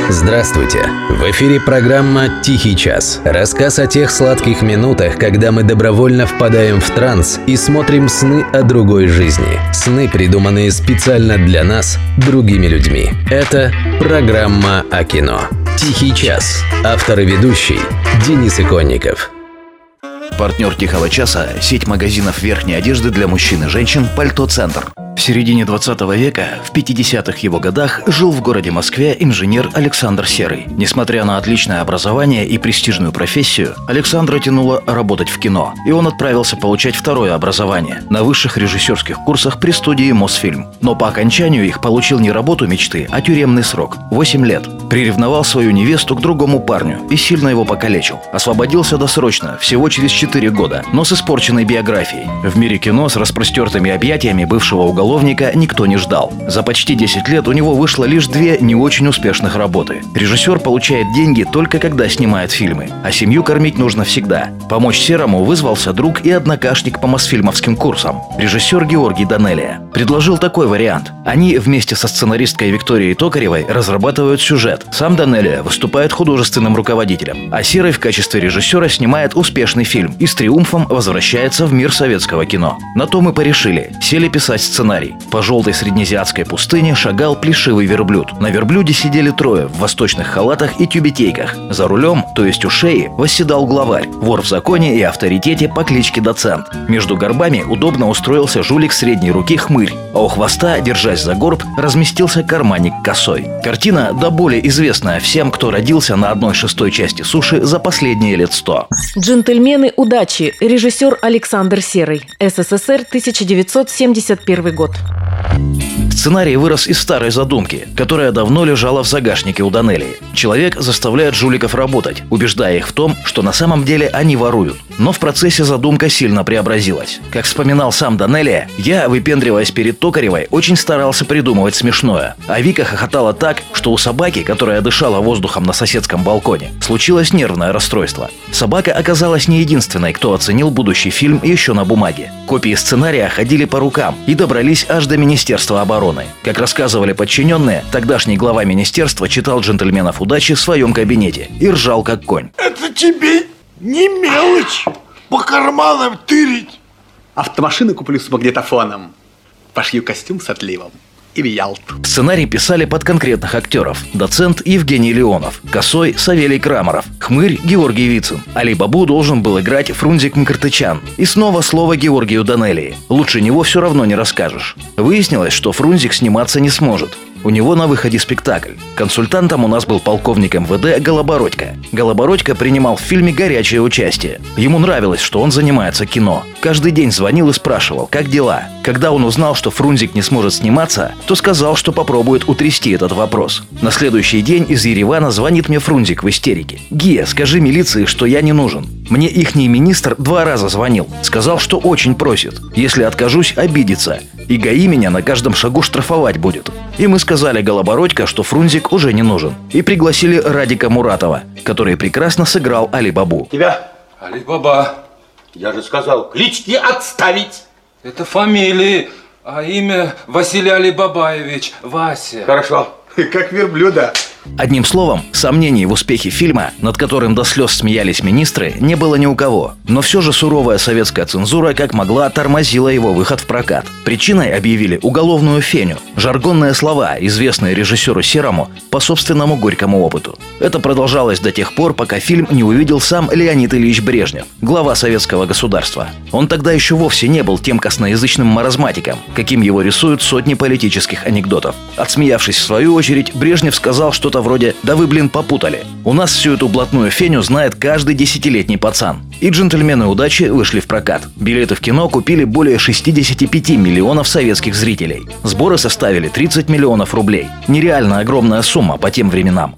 Здравствуйте! В эфире программа «Тихий час». Рассказ о тех сладких минутах, когда мы добровольно впадаем в транс и смотрим сны о другой жизни. Сны, придуманные специально для нас, другими людьми. Это программа о кино. «Тихий час». Автор и ведущий Денис Иконников. Партнер «Тихого часа» – сеть магазинов верхней одежды для мужчин и женщин «Пальто Центр». В середине 20 века, в 50-х его годах, жил в городе Москве инженер Александр Серый. Несмотря на отличное образование и престижную профессию, Александра тянуло работать в кино, и он отправился получать второе образование на высших режиссерских курсах при студии «Мосфильм». Но по окончанию их получил не работу мечты, а тюремный срок – 8 лет. Приревновал свою невесту к другому парню и сильно его покалечил. Освободился досрочно, всего через 4 года, но с испорченной биографией. В мире кино с распростертыми объятиями бывшего уголовника никто не ждал. За почти 10 лет у него вышло лишь 2 не очень успешных работы. Режиссер получает деньги только когда снимает фильмы, а семью кормить нужно всегда. Помочь Серому вызвался друг и однокашник по мосфильмовским курсам, режиссер Георгий Данелия. Предложил такой вариант. Они вместе со сценаристкой Викторией Токаревой разрабатывают сюжет. Сам Данелия выступает художественным руководителем, а Серый в качестве режиссера снимает успешный фильм и с триумфом возвращается в мир советского кино. На то мы порешили. Сели писать сценарий. По желтой среднеазиатской пустыне шагал плешивый верблюд. На верблюде сидели 3 в восточных халатах и тюбетейках. За рулем, то есть у шеи, восседал главарь, вор в законе и авторитете по кличке Доцент. Между горбами удобно устроился жулик средней руки Хмырь, а у хвоста, держась за горб, разместился карманник Косой. Картина до боли известная всем, кто родился на 1/6 части суши за последние лет 100. «Джентльмены удачи». Режиссер Александр Серый. СССР, 1971 год. Сценарий вырос из старой задумки, которая давно лежала в загашнике у Данелии. Человек заставляет жуликов работать, убеждая их в том, что на самом деле они воруют. Но в процессе задумка сильно преобразилась. Как вспоминал сам Данелия, я, выпендриваясь перед Токаревой, очень старался придумывать смешное. А Вика хохотала так, что у собаки, которая дышала воздухом на соседском балконе, случилось нервное расстройство. Собака оказалась не единственной, кто оценил будущий фильм еще на бумаге. Копии сценария ходили по рукам и добрались аж до Министерства обороны. Как рассказывали подчиненные, тогдашний глава министерства читал «Джентльменов удачи» в своем кабинете и ржал как конь. Это тебе не мелочь по карманам тырить. Автомашину куплю с магнитофоном, пошью костюм с отливом и в Ялту. Сценарий писали под конкретных актеров. Доцент Евгений Леонов, Косой Савелий Крамаров, Хмырь Георгий Вицин. Али-Бабу должен был играть Фрунзик Мкртычан. И снова слово Георгию Данелии. Лучше него все равно не расскажешь. Выяснилось, что Фрунзик сниматься не сможет. У него на выходе спектакль. Консультантом у нас был полковник МВД Голобородько. Голобородько принимал в фильме горячее участие. Ему нравилось, что он занимается кино. Каждый день звонил и спрашивал, как дела. Когда он узнал, что Фрунзик не сможет сниматься, то сказал, что попробует утрясти этот вопрос. На следующий день из Еревана звонит мне Фрунзик в истерике. «Гия, скажи милиции, что я не нужен. Мне ихний министр 2 раза звонил. Сказал, что очень просит. Если откажусь, обидится. И ГАИ меня на каждом шагу штрафовать будет». И мы сказали Голобородько, что Фрунзик уже не нужен. И пригласили Радика Муратова, который прекрасно сыграл Али-Бабу. Тебя? Али-Баба. Я же сказал, клички отставить. Это фамилии, а имя Василий Алибабаевич, Вася. Хорошо. Как верблюда. Одним словом, сомнений в успехе фильма, над которым до слез смеялись министры, не было ни у кого. Но все же суровая советская цензура как могла тормозила его выход в прокат. Причиной объявили уголовную феню, жаргонные слова, известные режиссеру Серому по собственному горькому опыту. Это продолжалось до тех пор, пока фильм не увидел сам Леонид Ильич Брежнев, глава советского государства. Он тогда еще вовсе не был тем косноязычным маразматиком, каким его рисуют сотни политических анекдотов. Отсмеявшись в свою очередь, Брежнев сказал что-то вроде «Да вы, блин, попутали. У нас всю эту блатную феню знает каждый 10-летний пацан». И «Джентльмены удачи» вышли в прокат. Билеты в кино купили более 65 миллионов советских зрителей. Сборы составили 30 миллионов рублей. Нереально огромная сумма по тем временам.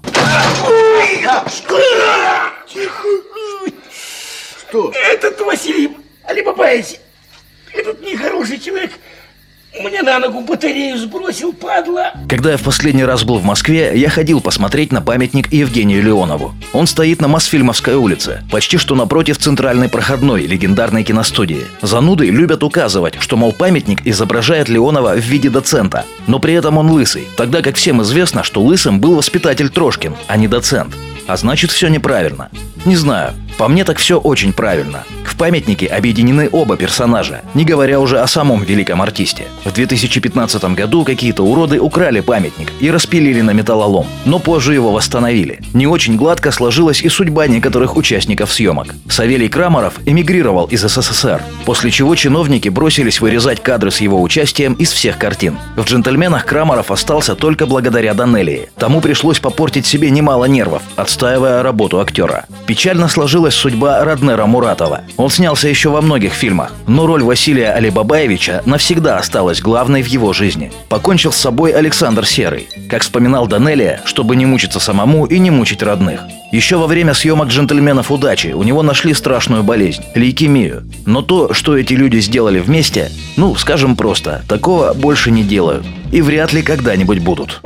Что? Этот Василий Алибабаевич, этот нехороший человек, Мне на ногу батарею сбросил, падла. Когда я в последний раз был в Москве, я ходил посмотреть на памятник Евгению Леонову. Он стоит на Мосфильмовской улице, почти что напротив центральной проходной легендарной киностудии. Зануды любят указывать, что, мол, памятник изображает Леонова в виде доцента, но при этом он лысый, тогда как всем известно, что лысым был воспитатель Трошкин, а не доцент. А значит, все неправильно. Не знаю, по мне так все очень правильно. В памятнике объединены оба персонажа, не говоря уже о самом великом артисте. В 2015 году какие-то уроды украли памятник и распилили на металлолом, но позже его восстановили. Не очень гладко сложилась и судьба некоторых участников съемок. Савелий Крамаров эмигрировал из СССР, после чего чиновники бросились вырезать кадры с его участием из всех картин. В «Джентльменах» Крамаров остался только благодаря Данелии. Тому пришлось попортить себе немало нервов, отстаивая работу актера. Печально сложилась судьба Раднера Муратова. Он снялся еще во многих фильмах, но роль Василия Алибабаевича навсегда осталась главной в его жизни. Покончил с собой Александр Серый. Как вспоминал Данелия, чтобы не мучиться самому и не мучить родных. Еще во время съемок «Джентльменов удачи» у него нашли страшную болезнь – лейкемию. Но то, что эти люди сделали вместе, скажем просто, такого больше не делают. И вряд ли когда-нибудь будут.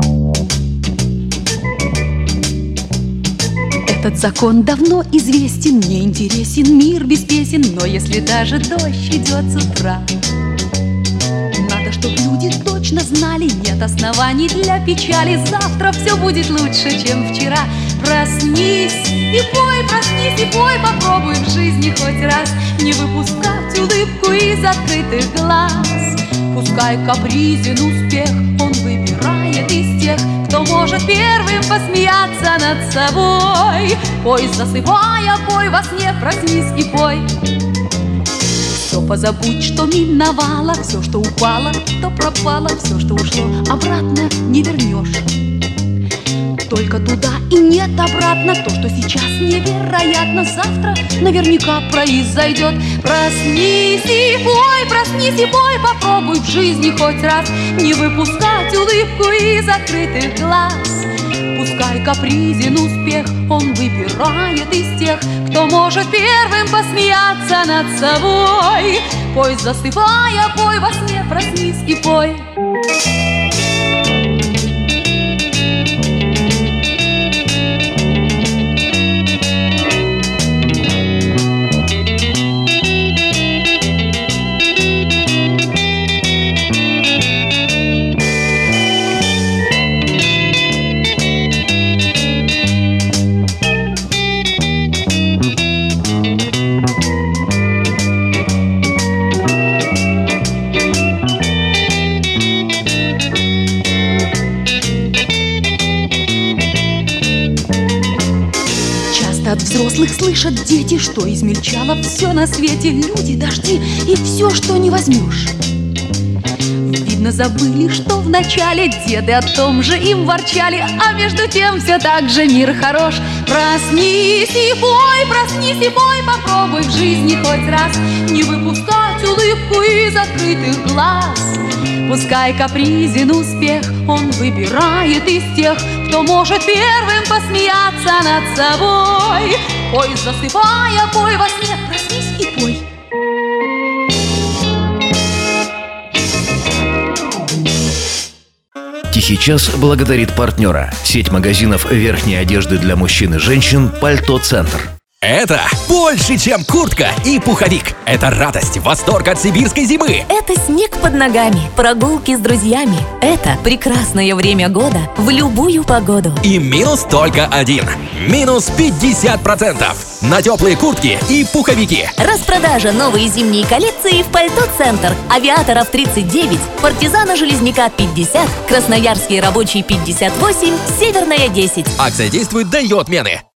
Этот закон давно известен, мне интересен мир без песен, но если даже дождь идет с утра, надо, чтоб люди точно знали, нет оснований для печали. Завтра все будет лучше, чем вчера. Проснись и пой, попробуй в жизни хоть раз не выпускать улыбку из открытых глаз. Пускай капризен успех, он выбирает из тех, кто может первым посмеяться над собой. Пой, засыпая, пой, во сне проснись и пой. Все позабудь, что миновало, все, что упало, то пропало, все, что ушло, обратно не вернешь. Только туда и нет обратно. То, что сейчас невероятно, завтра наверняка произойдет. Проснись и пой, попробуй в жизни хоть раз не выпускать улыбку из закрытых глаз. Пускай капризен успех, он выбирает из тех, кто может первым посмеяться над собой. Пой, засыпая, пой, во сне проснись и пой. От взрослых слышат дети, что измельчало все на свете. Люди, дожди и все, что не возьмешь. Видно, забыли, что вначале деды о том же им ворчали, а между тем все так же мир хорош. Проснись и пой, попробуй в жизни хоть раз не выпускать улыбку из открытых глаз. Пускай капризен успех, он выбирает из тех, кто может первым посмеяться над собой. Пой, засыпая, пой, во сне проснись и пой. Тихий час благодарит партнера. Сеть магазинов верхней одежды для мужчин и женщин «Пальто Центр». Это больше, чем куртка и пуховик. Это радость, восторг от сибирской зимы. Это снег под ногами, прогулки с друзьями. Это прекрасное время года в любую погоду. И минус только один. Минус 50% на теплые куртки и пуховики. Распродажа новой зимней коллекции в «Пальто Центр». Авиаторов 39, Партизана Железняка 50, Красноярский рабочий 58, Северная 10. Акция действует до ее отмены.